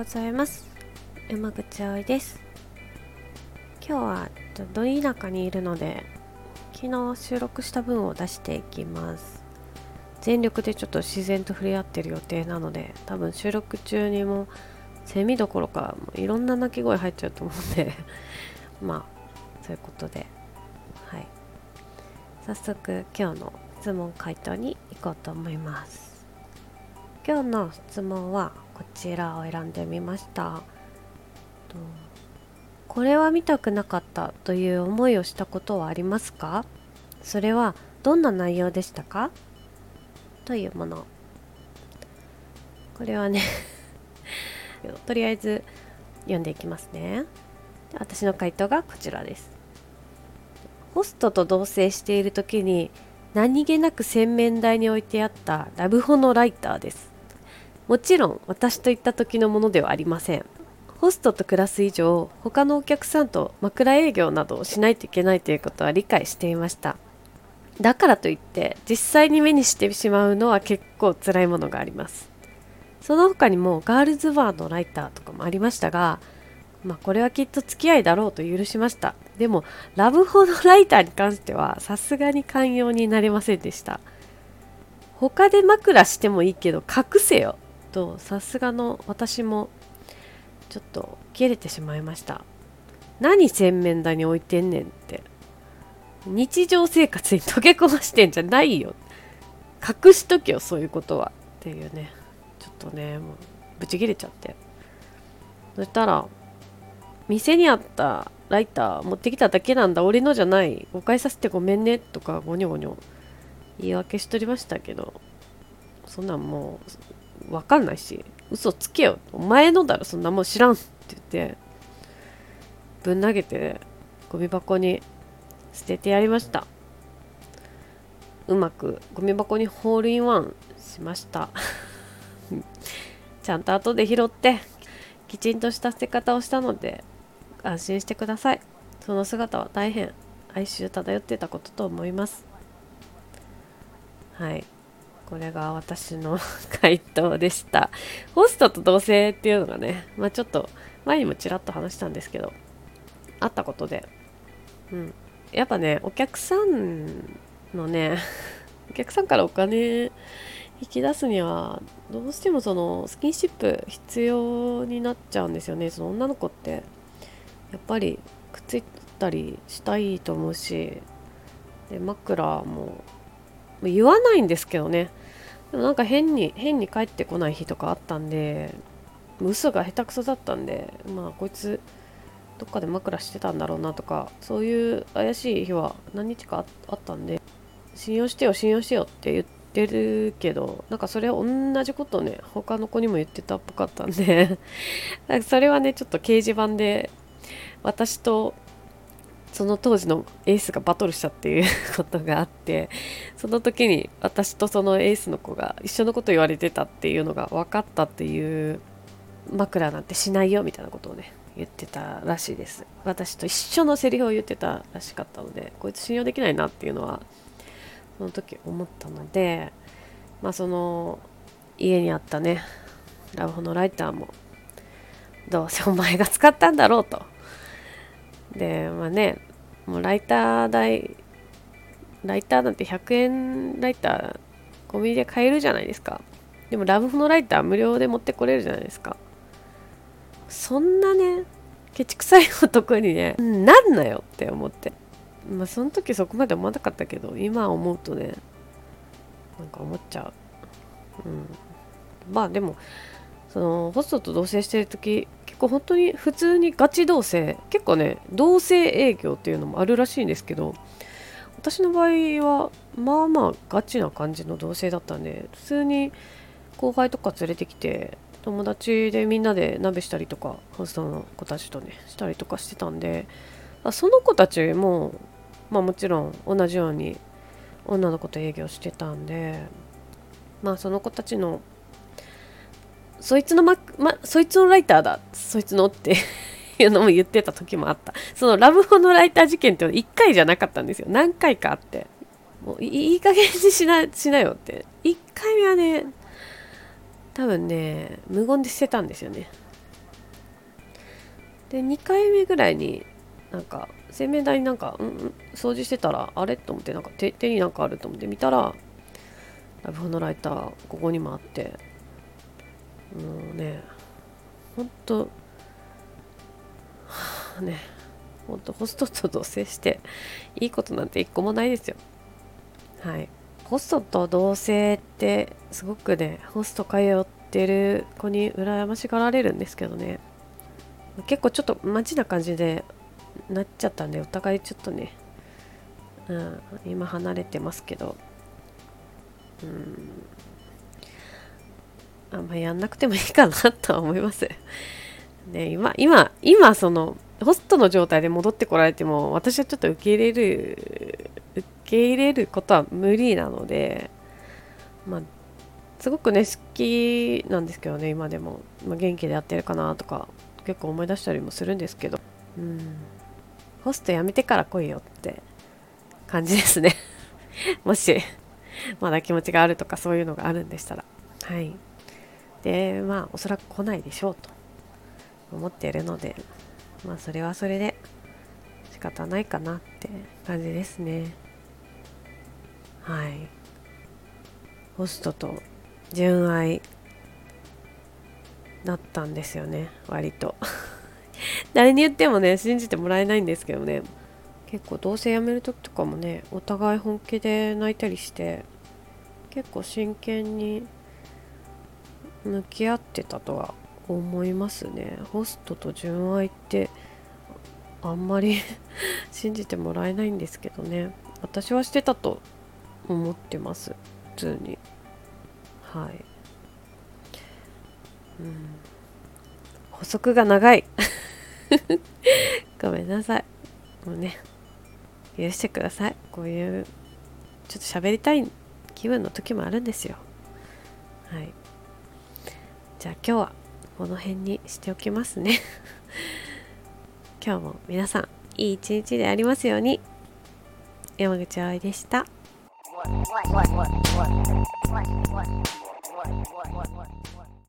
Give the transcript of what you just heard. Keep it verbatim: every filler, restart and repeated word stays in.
ございます。山口葵です。今日はど田舎にいるので、昨日収録した分を出していきます。全力でちょっと自然と触れ合ってる予定なので、多分収録中にもセミどころかいろんな鳴き声入っちゃうと思うんでまあそういうことで、はい、早速今日の質問回答に行こうと思います。今日の質問はこちらを選んでみました。これは見たくなかったという思いをしたことはありますか？それはどんな内容でしたか？というもの。これはねとりあえず読んでいきますね。私の回答がこちらです。ホストと同棲している時に何気なく洗面台に置いてあったラブホのライターです。もちろん私といった時のものではありません。ホストと暮らす以上、他のお客さんと枕営業などをしないといけないということは理解していました。だからといって実際に目にしてしまうのは結構辛いものがあります。その他にもガールズバーのライターとかもありましたが、まあこれはきっと付き合いだろうと許しました。でもラブホのライターに関してはさすがに寛容になれませんでした。他で枕してもいいけど隠せよとさすがの私もちょっと切れてしまいました。何洗面台に置いてんねんって、日常生活に溶け込ましてんじゃないよ、隠しとけよそういうことはっていうね、ちょっとねもうブチ切れちゃって、そしたら店にあったライター持ってきただけなんだ、俺のじゃない、誤解させてごめんねとかゴニョゴニョ言い訳しとりましたけど、そんなんもう分かんないし、嘘つけよ、お前のだろ、そんなもん知らんって言ってぶん投げてゴミ箱に捨ててやりました。うまくゴミ箱にホールインワンしましたちゃんと後で拾ってきちんとした捨て方をしたので安心してください。その姿は大変哀愁漂っていたことと思います。はい、これが私の回答でした。ホストと同棲っていうのがね、まあちょっと前にもちらっと話したんですけど、あったことで、うん、やっぱね、お客さんのねお客さんからお金引き出すにはどうしてもそのスキンシップ必要になっちゃうんですよね。その女の子ってやっぱりくっついたりしたいと思うし、で枕も言わないんですけどね、でもなんか変に変に帰ってこない日とかあったんで、嘘が下手くそだったんで、まあこいつどっかで枕してたんだろうなとか、そういう怪しい日は何日かあったんで、信用してよ信用してよって言ってるけど、なんかそれは同じことをね他の子にも言ってたっぽかったんでなんかそれはねちょっと掲示板で私とその当時のエースがバトルしたっていうことがあって、その時に私とそのエースの子が一緒のこと言われてたっていうのが分かったっていう、枕なんてしないよみたいなことをね言ってたらしいです。私と一緒のセリフを言ってたらしかったので、こいつ信用できないなっていうのはその時思ったので、まあその家にあったねラブホのライターもどうせお前が使ったんだろうと。でまあね、もうライター代ライターなんてひゃくえんライターコンビニで買えるじゃないですか。でもラブホのライター無料で持ってこれるじゃないですか。そんなねケチくさい男にねなんなよって思って、まあその時そこまで思わなかったけど、今思うとねなんか思っちゃう。うん、まあでもそのホストと同棲してる時結構本当に普通にガチ同棲、結構ね同棲営業っていうのもあるらしいんですけど、私の場合はまあまあガチな感じの同棲だったんで、普通に後輩とか連れてきて友達でみんなで鍋したりとかホストの子たちとねしたりとかしてたんで、その子たちもまあもちろん同じように女の子と営業してたんで、まあその子たちのそいつのま、ま、そいつのライターだそいつのっていうのも言ってた時もあった。そのラブホのライター事件っていっかいじゃなかったんですよ。何回かあって、もういい加減にしな、しなよって。いっかいめはね多分ね無言で捨てたんですよね。 でにかいめぐらいになんか洗面台になんか、うん、掃除してたらあれと思って、なんか 手, 手になんかあると思って見たらラブホのライターここにもあって、もうねほんとねほんとホストと同棲していいことなんて一個もないですよ。はい。ホストと同棲ってすごくね、ホスト通ってる子に羨ましがられるんですけどね、結構ちょっとマジな感じでなっちゃったんで、お互いちょっとね、うん、今離れてますけど、うん、あんまやんなくてもいいかなとは思いますね。今今今そのホストの状態で戻ってこられても、私はちょっと受け入れる受け入れることは無理なので、まあすごくね好きなんですけどね、今でも、まあ、元気でやってるかなとか結構思い出したりもするんですけど、うん、ホストやめてから来いよって感じですねもしまだ気持ちがあるとかそういうのがあるんでしたら。はい。でまあおそらく来ないでしょうと思っているので、まあそれはそれで仕方ないかなって感じですね。はい。ホストと純愛だったんですよね、割と誰に言ってもね信じてもらえないんですけどね、結構同棲やめる時とかもねお互い本気で泣いたりして、結構真剣に向き合ってたとは思いますね。ホストと純愛ってあんまり信じてもらえないんですけどね、私はしてたと思ってます、普通に。はい、うん、補足が長いごめんなさい、もうね許してください。こういうちょっと喋りたい気分の時もあるんですよ。はい。じゃあ今日はこの辺にしておきますね今日も皆さんいい一日でありますように。山口葵でした。What, what, what, what, what, what, what, what, what, what, what, what.